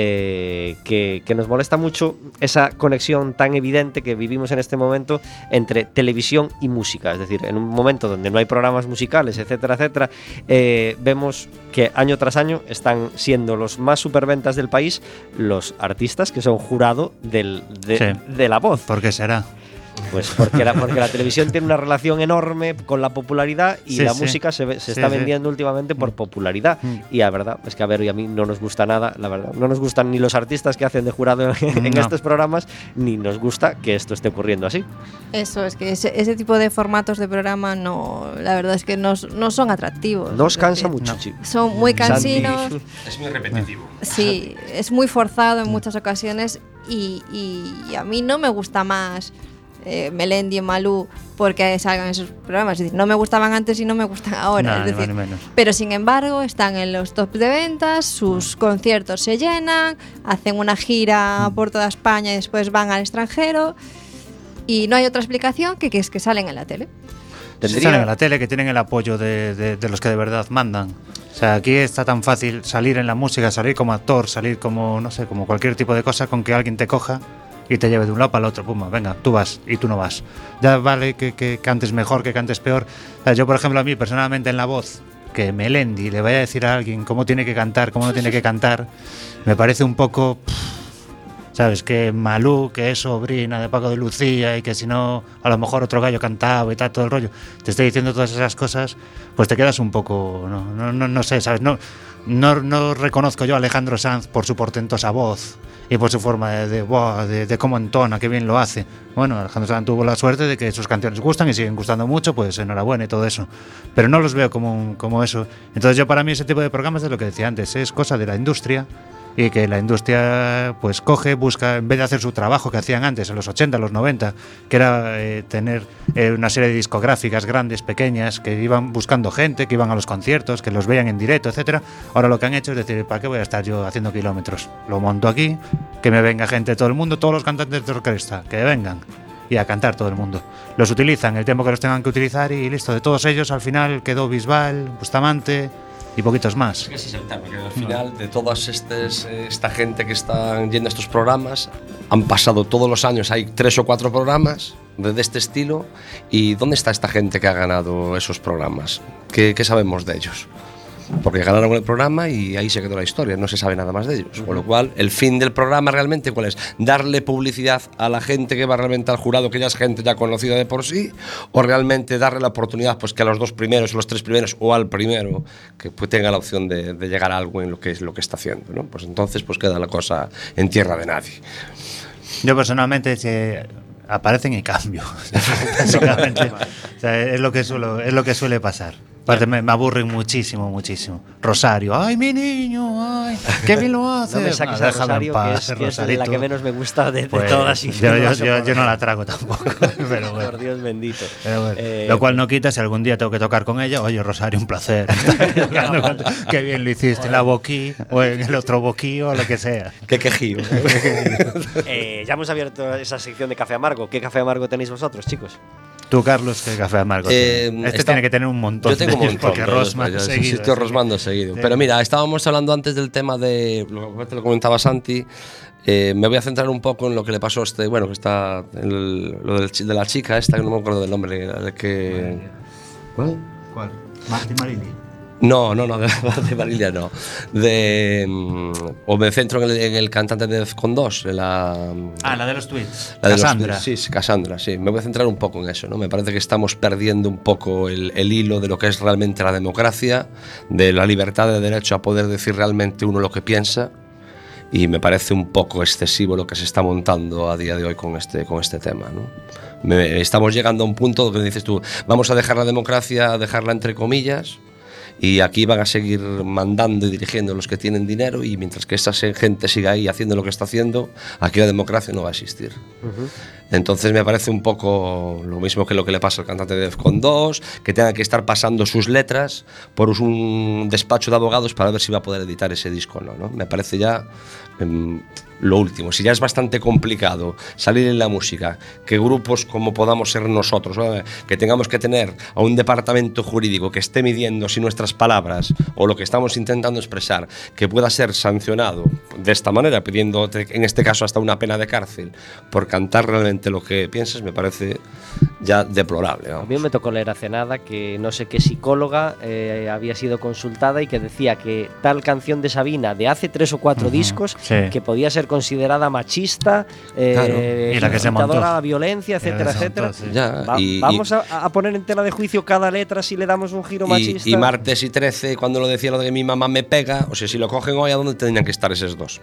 que nos molesta mucho esa conexión tan evidente que vivimos en este momento entre televisión y música, es decir, en un momento donde no hay programas musicales, etcétera, etcétera, vemos que año tras año están siendo los más superventas del país los artistas que son jurado de La Voz. ¿Por qué será? Pues porque la televisión tiene una relación enorme con la popularidad y la música se está vendiendo últimamente por popularidad. Y la verdad es que, a ver, y a mí no nos gusta nada, la verdad. No nos gustan ni los artistas que hacen de jurado en estos programas, ni nos gusta que esto esté ocurriendo así. Eso, es que ese tipo de formatos de programa la verdad es que no son atractivos. Nos cansa mucho, son muy cansinos. Es muy repetitivo. Sí, es muy forzado en muchas ocasiones y a mí no me gusta más Melendi y Malú porque salgan esos programas. Es decir, no me gustaban antes y no me gustan ahora. Es decir, pero sin embargo están en los top de ventas, sus conciertos se llenan, hacen una gira por toda España y después van al extranjero y no hay otra explicación que es que salen en la tele. Salen en la tele, que tienen el apoyo de los que de verdad mandan. O sea, aquí está tan fácil salir en la música, salir como actor, salir como, no sé, como cualquier tipo de cosa, con que alguien te coja y te lleve de un lado para el otro. Pum, venga, tú vas y tú no vas. Ya vale que cantes mejor, que cantes peor. O sea, yo, por ejemplo, a mí personalmente en la voz, que Melendi le vaya a decir a alguien cómo tiene que cantar, cómo no tiene que cantar, me parece un poco... ¿Sabes? Que Malú, que es sobrina de Paco de Lucía y que si no, a lo mejor otro gallo cantaba y tal, todo el rollo, te estoy diciendo todas esas cosas, pues te quedas un poco... No sé, ¿sabes? No reconozco yo a Alejandro Sanz por su portentosa voz y por su forma de cómo entona, qué bien lo hace. Bueno, Alejandro Sanz tuvo la suerte de que sus canciones gustan y siguen gustando mucho, pues enhorabuena y todo eso. Pero no los veo como eso. Entonces yo, para mí, ese tipo de programas es lo que decía antes, es cosa de la industria. Y que la industria pues coge, busca, en vez de hacer su trabajo que hacían antes, en los 80, los 90, que era tener una serie de discográficas grandes, pequeñas, que iban buscando gente, que iban a los conciertos, que los veían en directo, etcétera. Ahora lo que han hecho es decir, ¿para qué voy a estar yo haciendo kilómetros? Lo monto aquí, que me venga gente de todo el mundo, todos los cantantes de orquesta, que vengan. Y a cantar todo el mundo. Los utilizan el tiempo que los tengan que utilizar y listo. De todos ellos, al final quedó Bisbal, Bustamante y poquitos más. Ese es el tema, que al final de todas esta gente que están yendo a estos programas, han pasado todos los años, hay 3 o 4 programas de este estilo, y ¿dónde está esta gente que ha ganado esos programas? ¿Qué sabemos de ellos? Porque ganaron el programa y ahí se quedó la historia, no se sabe nada más de ellos. Con lo cual, el fin del programa realmente, ¿cuál es? Darle publicidad a la gente que va realmente al jurado, que ya es gente ya conocida de por sí, o realmente darle la oportunidad pues que a los 2 primeros, o los 3 primeros, o al primero, que pues tenga la opción de llegar a algo en lo que está haciendo, ¿no? Pues entonces pues queda la cosa en tierra de nadie. Yo personalmente aparecen y cambio. Básicamente, o sea, es lo que suele pasar. Aparte me aburren muchísimo. Rosario, ay, mi niño, ay, qué bien lo hace. No me saques a Rosario, que es la que menos me gusta de todas. Yo no la trago tampoco. Pero bueno. Por Dios bendito. Pero bueno, lo cual no quita si algún día tengo que tocar con ella. Oye, Rosario, un placer. Qué bien lo hiciste en la boquí o en el otro boquí o lo que sea. Qué quejío. Ya hemos abierto esa sección de café amargo. ¿Qué café amargo tenéis vosotros, chicos? Tú, Carlos, ¿qué café amargo tienes? Tiene que tener un montón. Yo tengo un montón. Porque rosman seguido. Estoy rosmando seguido. Pero mira, estábamos hablando antes del tema de lo que te lo comentaba Santi. Me voy a centrar un poco en lo que le pasó a que está lo de la chica esta, que no me acuerdo del nombre. ¿Cuál? Marti Marilli. No, de Marilia no. O me centro en el cantante de Defcon 2. La de los tweets. Cassandra. Sí, Cassandra, sí. Me voy a centrar un poco en eso, ¿no? Me parece que estamos perdiendo un poco el hilo de lo que es realmente la democracia, de la libertad de derecho a poder decir realmente uno lo que piensa. Y me parece un poco excesivo lo que se está montando a día de hoy con este tema, ¿no? Estamos llegando a un punto donde dices tú, vamos a dejar la democracia, a dejarla entre comillas, y aquí van a seguir mandando y dirigiendo los que tienen dinero, y mientras que esa gente siga ahí haciendo lo que está haciendo, aquí la democracia no va a existir. Entonces me parece un poco lo mismo que lo que le pasa al cantante de Defcon 2, que tenga que estar pasando sus letras por un despacho de abogados para ver si va a poder editar ese disco o no. Me parece ya lo último. Si ya es bastante complicado salir en la música, que grupos como podamos ser nosotros, que tengamos que tener a un departamento jurídico que esté midiendo si nuestras palabras o lo que estamos intentando expresar que pueda ser sancionado de esta manera, pidiendo en este caso hasta una pena de cárcel por cantar realmente lo que piensas, me parece ya deplorable, ¿no? A mí me tocó leer hace nada que no sé qué psicóloga había sido consultada y que decía que tal canción de Sabina de hace 3 o 4 discos, que podía ser considerada machista, Y la que se montó. incitadora a la violencia, etcétera, se montó, etcétera. sí. Ya, Vamos a poner en tela de juicio cada letra si le damos un giro machista. y martes y 13, cuando lo decía lo de que mi mamá me pega, o sea, si lo cogen hoy, ¿a dónde tendrían que estar esos dos?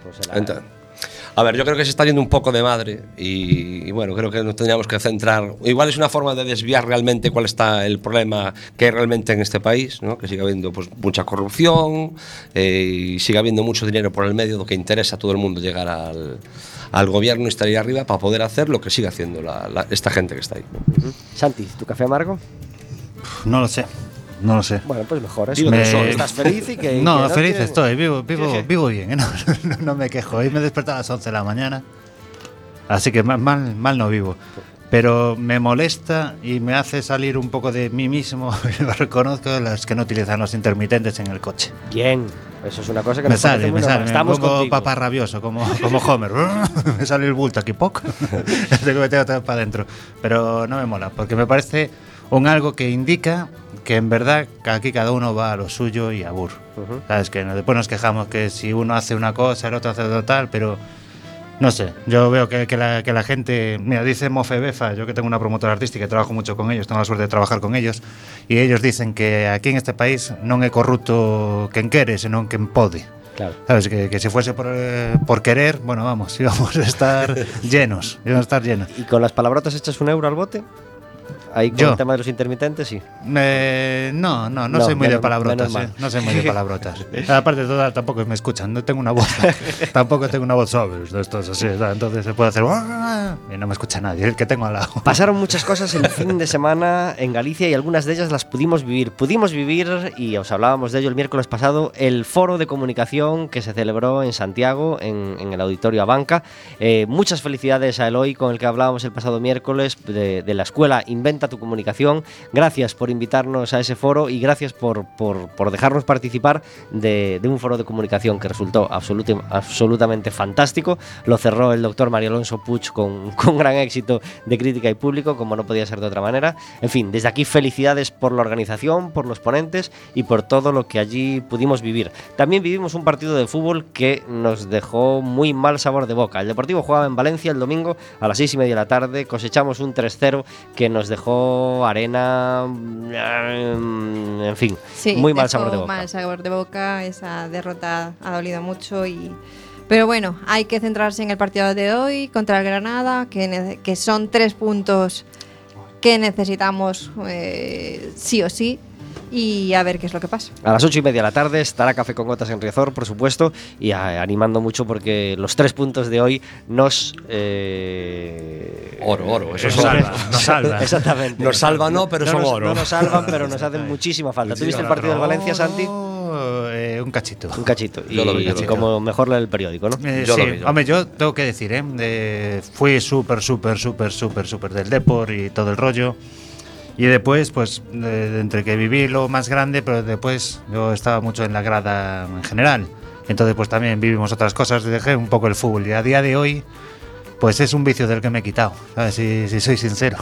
A ver, yo creo que se está yendo un poco de madre y bueno, creo que nos tendríamos que centrar. Igual es una forma de desviar realmente cuál está el problema que hay realmente en este país, ¿no? Que sigue habiendo pues mucha corrupción y sigue habiendo mucho dinero por el medio, lo que interesa a todo el mundo llegar al gobierno y estar ahí arriba para poder hacer lo que sigue haciendo esta gente que está ahí. Santi, ¿tu café amargo? No lo sé. No lo sé. Bueno, pues mejor. ¿Estás feliz? Y que no, que feliz tienes- estoy, vivo bien, no me quejo. Hoy me he despertado a las 11 de la mañana, así que mal no vivo. Pero me molesta y me hace salir un poco de mí mismo, y lo reconozco, las que no utilizan los intermitentes en el coche. Bien, eso es una cosa que Me nos parece sale, muy me normal. Estamos pongo contigo. papá rabioso, como Homer. Me sale el bulto aquí, poco. Tengo que meter otra vez para adentro. Pero no me mola, porque me parece algo que indica que en verdad aquí cada uno va a lo suyo y abur. ¿Sabes? Que después nos quejamos que si uno hace una cosa, el otro hace otra tal, pero no sé, yo veo que la gente, mira, dice Mofebefa, yo que tengo una promotora artística y trabajo mucho con ellos, tengo la suerte de trabajar con ellos, y ellos dicen que aquí en este país non é corrupto quen quere, senón quen pode. Claro. ¿Sabes? Que si fuese por querer, bueno, vamos, íbamos a estar llenos. ¿Y con las palabrotas echas €1 al bote? Ahí con Yo. el tema de los intermitentes, sí. No No, soy muy de menos palabrotas. mal. No soy muy de palabrotas. Aparte de todo, tampoco me escuchan. No tengo una voz. Tampoco tengo una voz sobre de estos así. Entonces se puede hacer. Y no me escucha nadie. El que tengo al lado. Pasaron muchas cosas el fin de semana en Galicia y algunas de ellas las pudimos vivir. Pudimos vivir, y os hablábamos de ello el miércoles pasado, el foro de comunicación que se celebró en Santiago, en el Auditorio Abanca. Muchas felicidades a Eloy, con el que hablábamos el pasado miércoles, de la escuela Inventa tu Comunicación. Gracias por invitarnos a ese foro y gracias por dejarnos participar de un foro de comunicación que resultó absolutamente fantástico. Lo cerró el doctor Mario Alonso Puig con gran éxito de crítica y público, como no podía ser de otra manera. En fin, desde aquí felicidades por la organización, por los ponentes y por todo lo que allí pudimos vivir. También vivimos un partido de fútbol que nos dejó muy mal sabor de boca. El Deportivo jugaba en Valencia el domingo a las 6:30 de la tarde. Cosechamos un 3-0 que nos dejó arena, en fin, Sí, muy mal dejó sabor de boca. mal sabor de boca, esa derrota ha dolido mucho pero bueno, hay que centrarse en el partido de hoy contra el Granada, que son 3 puntos que necesitamos sí o sí, y a ver qué es lo que pasa. A las 8:30 de la tarde estará Café con Gotas en Riazor, por supuesto, y animando mucho porque los 3 puntos de hoy nos... Oro, eso Nos es oro. salva, nos salva. Exactamente. Nos salvan, no, pero son oro. No nos salvan, pero nos hacen muchísima falta. ¿Tuviste el partido del Valencia, Santi? Un cachito. Un cachito. Yo lo vi, Y como mejor leer el periódico, ¿no? Yo sí, lo vi. hombre, yo tengo que decir, fui súper del Depor y todo el rollo. Y después, pues, entre que viví lo más grande, pero después yo estaba mucho en la grada en general. Entonces, pues también vivimos otras cosas, dejé un poco el fútbol. Y a día de hoy, pues es un vicio del que me he quitado, ¿sabes? Si soy sincero.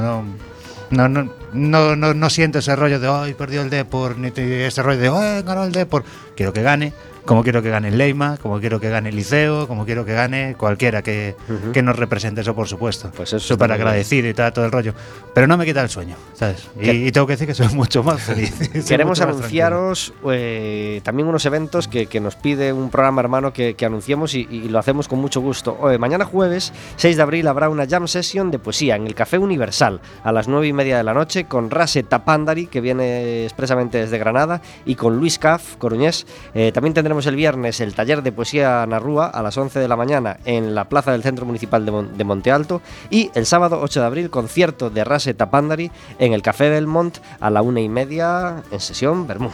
No siento ese rollo de hoy perdió el Depor, ni ese rollo de hoy ganó el Depor. Quiero que gane, como quiero que gane el Leima, como quiero que gane el Liceo, como quiero que gane cualquiera que nos represente, eso por supuesto. Pues eso súper está muy agradecido y todo el rollo. Pero no me quita el sueño, ¿sabes? Y tengo que decir que soy mucho más feliz. Soy Queremos mucho más anunciaros también unos eventos que nos pide un programa hermano que anunciemos y lo hacemos con mucho gusto. Mañana jueves 6 de abril habrá una jam session de poesía en el Café Universal a las 9:30 de la noche con Rase Tapandari, que viene expresamente desde Granada, y con Luis Caf, coruñés. También tendremos el viernes el taller de poesía Narrúa a las 11 de la mañana en la plaza del Centro Municipal de Monte Alto, y el sábado 8 de abril concierto de Rase Tapandari en el Café Belmont a la 1:30 en sesión Bermú.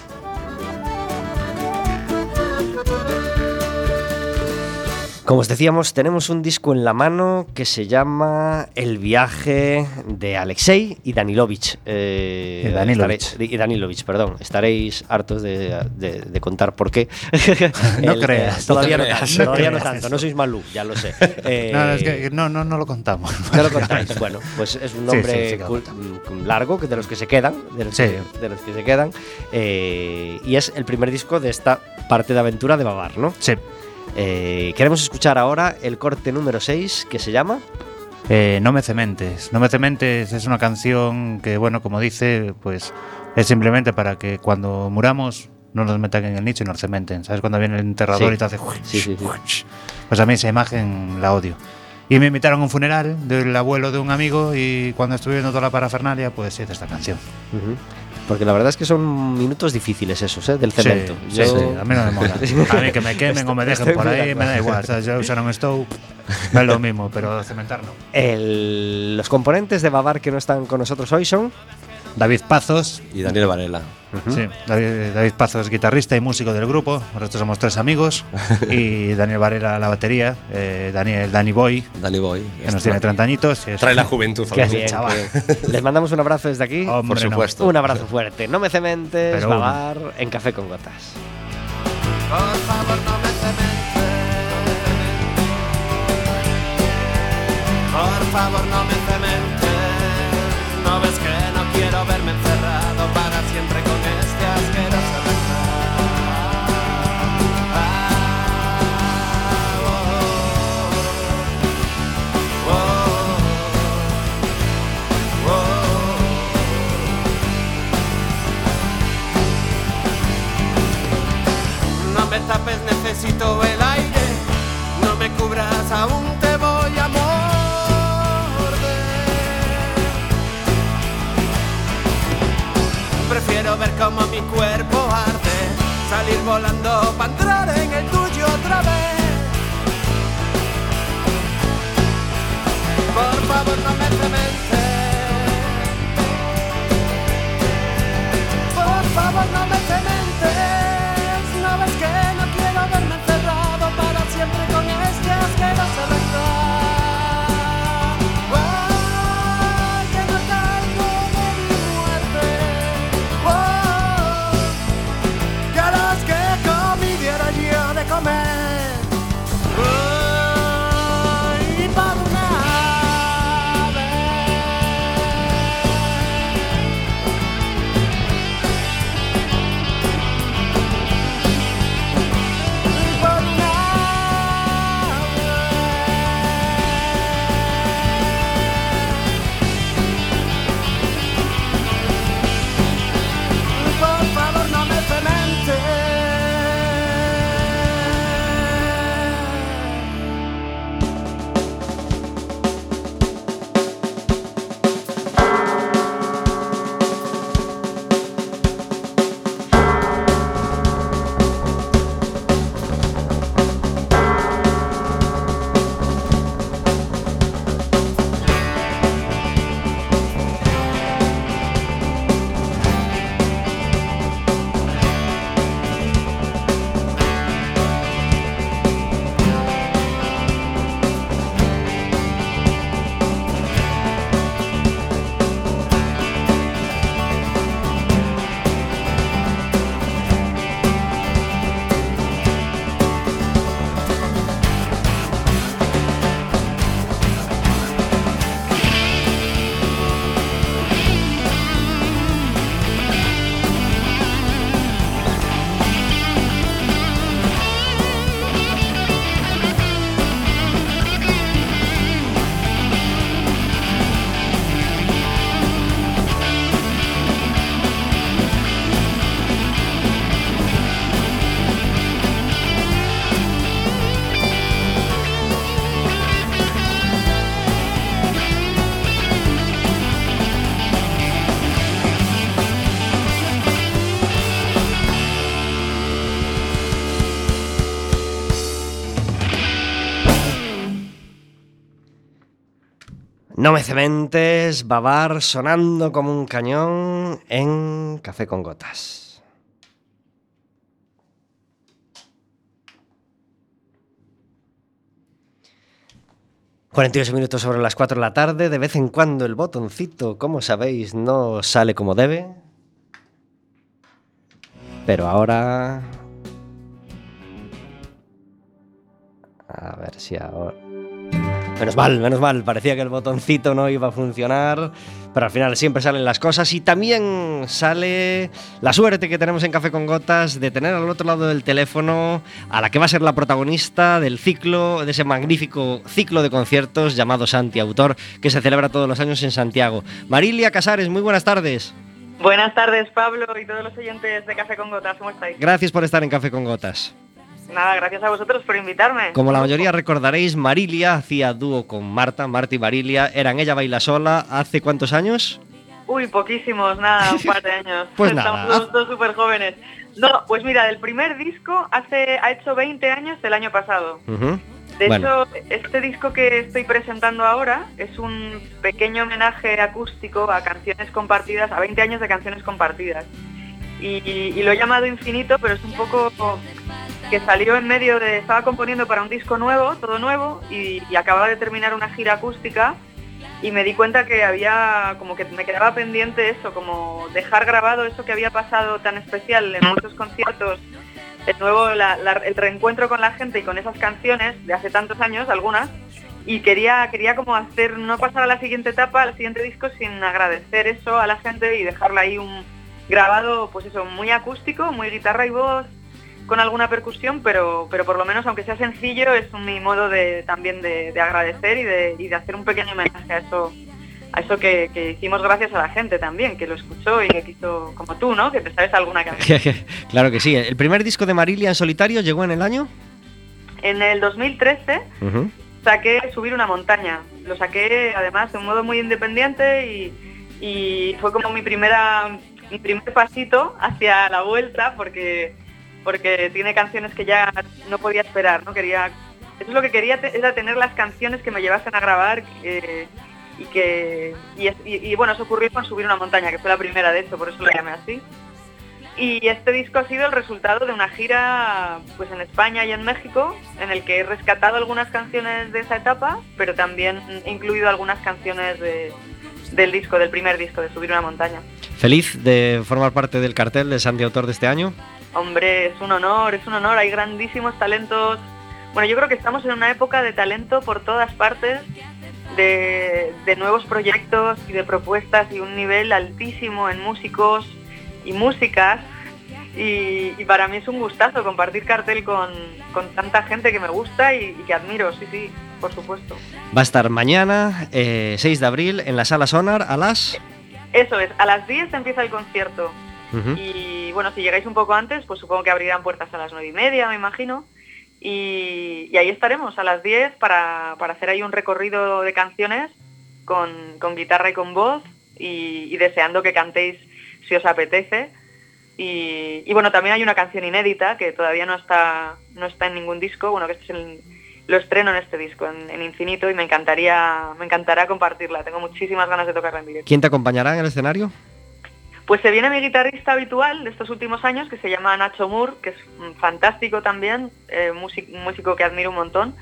Como os decíamos, tenemos un disco en la mano que se llama El viaje de Alexei y Danilovich. Danilovich, perdón. Estaréis hartos de contar por qué. No creas. Todavía no creas, tanto, todavía no tanto. No sois Malú, ya lo sé. No, es que no lo contamos. No lo contáis. Bueno, pues es un nombre sí que lo largo, de los que se quedan. De los que se quedan. Y es el primer disco de esta parte de aventura de Babar, ¿no? Sí. Queremos escuchar ahora el corte número 6, que se llama... No me cementes. No me cementes es una canción que, bueno, como dice, pues es simplemente para que cuando muramos no nos metan en el nicho y nos cementen. ¿Sabes? Cuando viene el enterrador y te hace... Sí. Pues a mí esa imagen la odio. Y me invitaron a un funeral del abuelo de un amigo y cuando estuve viendo toda la parafernalia, pues hice esta canción. Porque la verdad es que son minutos difíciles esos, del cemento. Sí, a mí no me mola. A mí que me quemen o me dejen por ahí me da igual. ¿Sabes? Yo usar un stove no es lo mismo, pero cementar no. Los componentes de Babar que no están con nosotros hoy son... David Pazos y Daniel Varela. Sí, David Pazos, guitarrista y músico del grupo. Nosotros somos 3 amigos. Y Daniel Varela a la batería. Danny Boy, que nos tiene 30 añitos. Trae la juventud. Qué bien, chaval. Les mandamos un abrazo desde aquí. Hombre, por supuesto. Un abrazo fuerte. No me cementes, Pero Babar en Café con Gotas. Por favor, no me cementes. Por favor, no me cementes. No ves que no quiero verme encerrado para siempre con este asqueroso No me tapes, necesito el aire. No me cubras, aún te voy a morder. Prefiero ver cómo mi cuerpo arde, salir volando para entrar en el tuyo otra vez. Por favor, no me cementes. Por favor, no me cementes. No ves que no quiero verme encerrado para siempre con este asqueroso verdad. Que no caigo de mi muerte. Que a los que comí diera yo de comer. Y por una No me cementes, Babar sonando como un cañón en Café con Gotas. ...48 minutos sobre las 4 de la tarde... ...de vez en cuando el botoncito, como sabéis, no sale como debe... ...pero ahora... A ver si ahora... Menos mal, parecía que el botoncito no iba a funcionar... Pero al final siempre salen las cosas y también sale la suerte que tenemos en Café con Gotas de tener al otro lado del teléfono a la que va a ser la protagonista del ciclo, de ese magnífico ciclo de conciertos llamado Santi Autor, que se celebra todos los años en Santiago. Marilia Casares, muy buenas tardes. Buenas tardes, Pablo, y todos los oyentes de Café con Gotas, ¿cómo estáis? Gracias por estar en Café con Gotas. Nada, gracias a vosotros por invitarme. Como la mayoría recordaréis, Marilia hacía dúo con Marta y Marilia. Eran Ella Baila Sola. ¿Hace cuántos años? Uy, poquísimos, nada, un par de años. Pues estamos nada. los dos súper jóvenes. No, pues mira, el primer disco ha hecho 20 años el año pasado. De hecho, este disco que estoy presentando ahora es un pequeño homenaje acústico a canciones compartidas, a 20 años de canciones compartidas. Y lo he llamado Infinito, pero es un poco que salió en medio de... Estaba componiendo para un disco nuevo, todo nuevo, y acababa de terminar una gira acústica y me di cuenta que había... como que me quedaba pendiente eso, como dejar grabado eso que había pasado tan especial en muchos conciertos, de nuevo el reencuentro con la gente y con esas canciones de hace tantos años, algunas, y quería como hacer, no pasar a la siguiente etapa, al siguiente disco sin agradecer eso a la gente y dejarla ahí un grabado, pues eso, muy acústico, muy guitarra y voz, con alguna percusión, pero por lo menos, aunque sea sencillo, es mi modo también de agradecer y de hacer un pequeño homenaje a eso que hicimos gracias a la gente también, que lo escuchó y que quiso, como tú, ¿no? Que te sabes alguna canción. Claro que sí. ¿El primer disco de Marilia en solitario llegó en el año? En el 2013 saqué Subir una montaña. Lo saqué, además, de un modo muy independiente y fue como mi primer pasito hacia la vuelta, porque tiene canciones que ya no podía esperar, ¿no? Eso es lo que quería, era tener las canciones que me llevasen a grabar y bueno, eso ocurrió con Subir una montaña, que fue la primera, de hecho, por eso lo llamé así. Y este disco ha sido el resultado de una gira pues en España y en México, en el que he rescatado algunas canciones de esa etapa, pero también he incluido algunas canciones del primer disco, de Subir una montaña. ¿Feliz de formar parte del cartel de Santi Autor de este año? Hombre, es un honor, hay grandísimos talentos. Bueno, yo creo que estamos en una época de talento por todas partes, de nuevos proyectos y de propuestas y un nivel altísimo en músicos y músicas, y para mí es un gustazo compartir cartel con tanta gente que me gusta y que admiro, sí, por supuesto. Va a estar mañana, 6 de abril, en la Sala Sonar a las... Eso es, a las 10 empieza el concierto. Y bueno, si llegáis un poco antes, pues supongo que abrirán puertas a las 9:30, me imagino. Y ahí estaremos a las 10 para hacer ahí un recorrido de canciones con guitarra y con voz y deseando que cantéis si os apetece. Y bueno, también hay una canción inédita que todavía no está en ningún disco, bueno, que este es lo estreno en este disco, en Infinito, y me encantará compartirla. Tengo muchísimas ganas de tocarla en directo. ¿Quién te acompañará en el escenario? Pues se viene mi guitarrista habitual de estos últimos años, que se llama Nacho Moore, que es fantástico también, músico que admiro un montón.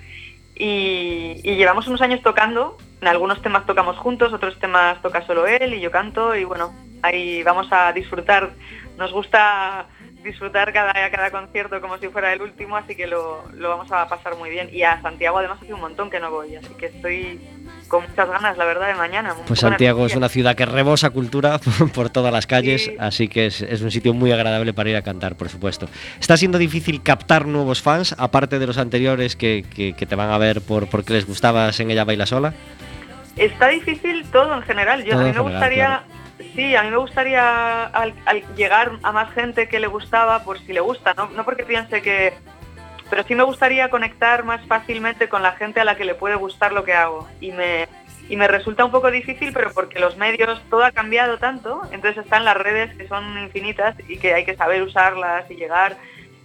Y llevamos unos años tocando, en algunos temas tocamos juntos, otros temas toca solo él y yo canto, y bueno, ahí vamos a disfrutar. Nos gusta disfrutar cada concierto como si fuera el último, así que lo vamos a pasar muy bien. Y a Santiago además hace un montón que no voy, así que estoy con muchas ganas, la verdad, de mañana. Pues Santiago es una ciudad que rebosa cultura por todas las calles, sí. Así que es un sitio muy agradable para ir a cantar, por supuesto. ¿Está siendo difícil captar nuevos fans, aparte de los anteriores que te van a ver porque les gustabas en Ella Baila Sola? Está difícil todo en general. A mí me gustaría... Claro. Sí, a mí me gustaría al llegar a más gente que le gustaba, por si le gusta, no porque piense que... Pero sí me gustaría conectar más fácilmente con la gente a la que le puede gustar lo que hago. Y me resulta un poco difícil, pero porque los medios, todo ha cambiado tanto, entonces están las redes que son infinitas y que hay que saber usarlas y llegar.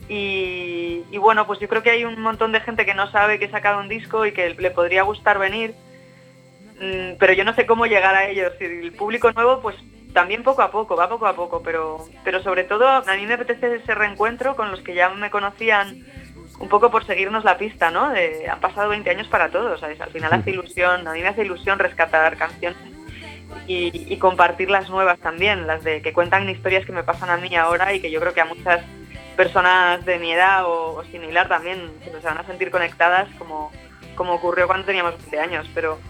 Y bueno, pues yo creo que hay un montón de gente que no sabe que he sacado un disco y que le podría gustar venir, pero yo no sé cómo llegar a ellos. Y el público nuevo, pues también va poco a poco, pero sobre todo a mí me apetece ese reencuentro con los que ya me conocían un poco por seguirnos la pista, ¿no? Han pasado 20 años para todos, ¿sabes? Al final hace ilusión, a mí me hace ilusión rescatar canciones y compartir las nuevas también, las de que cuentan historias que me pasan a mí ahora y que yo creo que a muchas personas de mi edad o similar también se van a sentir conectadas como ocurrió cuando teníamos 20 años, pero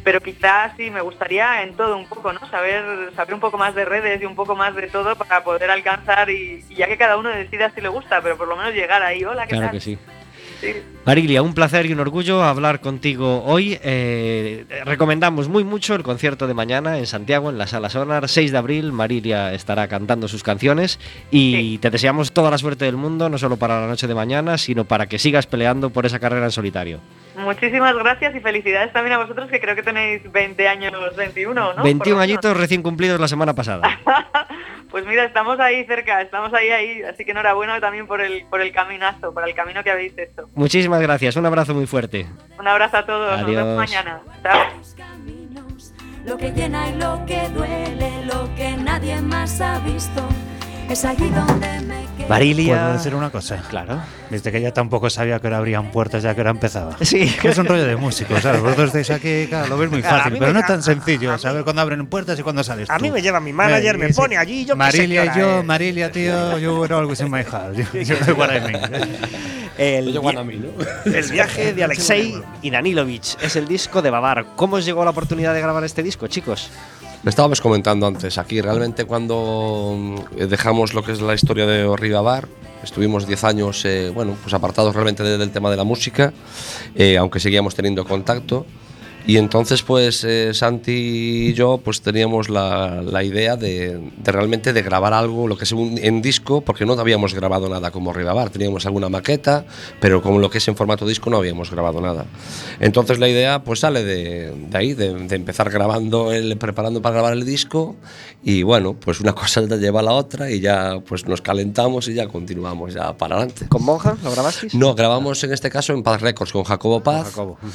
pero quizás sí me gustaría en todo un poco, ¿no? Saber un poco más de redes y un poco más de todo para poder alcanzar y ya que cada uno decida si le gusta, pero por lo menos llegar ahí. Hola, ¿qué tal? Claro que sí. Sí. Marilia, un placer y un orgullo hablar contigo hoy. Recomendamos muy mucho el concierto de mañana en Santiago, en la Sala Sonar, 6 de abril. Marilia estará cantando sus canciones y te deseamos toda la suerte del mundo, no solo para la noche de mañana, sino para que sigas peleando por esa carrera en solitario. Muchísimas gracias y felicidades también a vosotros, que creo que tenéis 20 años, 21, ¿no? 21 añitos recién cumplidos la semana pasada. Pues mira, estamos ahí cerca, estamos ahí, así que enhorabuena también por el caminazo, por el camino que habéis hecho. Muchísimas gracias, un abrazo muy fuerte. Un abrazo a todos, Adiós. Nos vemos mañana. Chao. Lo que llena y lo que duele, lo que nadie más ha visto, es allí donde me quedo. Marilia. ¿Puedo decir una cosa? Claro. Viste que ya tampoco sabía que ahora abrían puertas ya que ahora empezaba. Sí. Que es un rollo de músicos, ¿sabes? Vosotros estáis aquí, claro, lo ves muy Claro, a fácil, mí pero me- no es tan sencillo saber cuándo abren puertas y cuándo sales tú. A mí me lleva mi manager, me pone allí, yo qué sé Marilia qué y hora yo, es. Marilia, tío, you were always in my heart. You know what I mean. El, Oye, a mí, ¿no? el viaje de Alexei y Danilovich es el disco de Babar. ¿Cómo os llegó la oportunidad de grabar este disco, chicos? Lo estábamos comentando antes aquí. Realmente cuando dejamos lo que es la historia de Orri Babar, estuvimos 10 años pues apartados realmente del tema de la música, aunque seguíamos teniendo contacto. Y entonces pues Santi y yo pues teníamos la idea de realmente de grabar algo, lo que es en disco, porque no habíamos grabado nada como Orri Babar. Teníamos alguna maqueta, pero como lo que es en formato disco no habíamos grabado nada. Entonces la idea pues sale de ahí, de empezar preparando para grabar el disco, y bueno, pues una cosa lleva a la otra y ya pues nos calentamos y ya continuamos ya para adelante. ¿Con Monja lo grabasteis? No, grabamos en este caso en Paz Records con Jacobo Paz. Con Jacobo.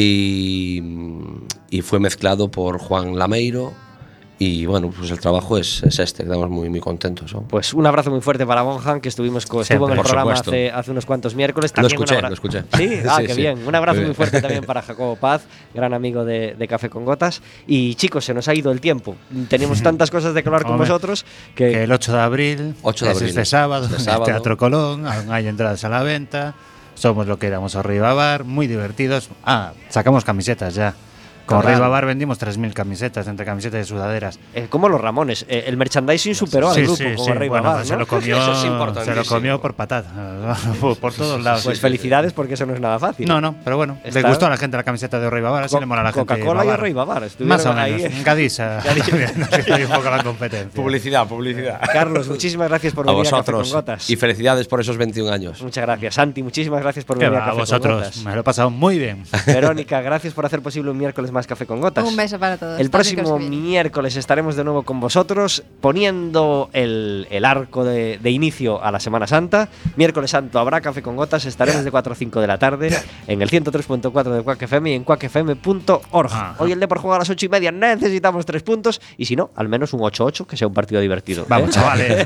Y fue mezclado por Juan Lameiro. Y bueno, pues el trabajo es este, quedamos muy contentos, ¿no? Pues un abrazo muy fuerte para Bonjan, que estuvo en el por programa supuesto. hace unos cuantos miércoles. Lo También escuché, un abra- lo escuché. Sí, Sí, qué sí. bien. Un abrazo Muy muy bien. fuerte también para Jacobo Paz, gran amigo de Café con Gotas. Y chicos, se nos ha ido el tiempo. Tenemos tantas cosas de que hablar con Hombre, vosotros Que el 8 de abril, 8 de es abril, este sábado, este en el sábado. Teatro Colón, aún hay entradas a la venta. Somos lo que éramos Orri Babar, muy divertidos. Sacamos camisetas ya. Con Claro. Orri Babar vendimos 3.000 camisetas, entre camisetas y sudaderas. como los Ramones. El merchandising superó al grupo, como Rey bueno, Babar, pues ¿no? se lo comió, Eso es se importantísimo. lo comió por patata, por todos lados. Pues felicidades, porque eso no es nada fácil. No, pero bueno, Está- le gustó a la gente la camiseta de Orri Babar, así le mola a la gente. Coca-Cola y Babar. Rey Babar. Más estuvieron o menos, ahí. en Gadisa. Hay un poco la competencia. Publicidad. Carlos, muchísimas gracias por A venir a Café vosotros. con Gotas. Y felicidades por esos 21 años. Muchas gracias. Santi, muchísimas gracias por Que venir a va, Café a vosotros, con Gotas. me lo he pasado muy bien. Verónica, gracias por hacer posible un miércoles más Café con Gotas. Un beso para todos. El Hasta próximo miércoles que viene. miércoles estaremos de nuevo con vosotros poniendo el arco de inicio a la Semana Santa. Miércoles Santo habrá Café con Gotas, estaremos de 4 a 5 de la tarde en el 103.4 de Quack FM y en quackfm.org. Hoy el Depor juega a las 8:30, necesitamos 3 puntos y si no, al menos un 8-8, que sea un partido divertido. Vamos, chavales.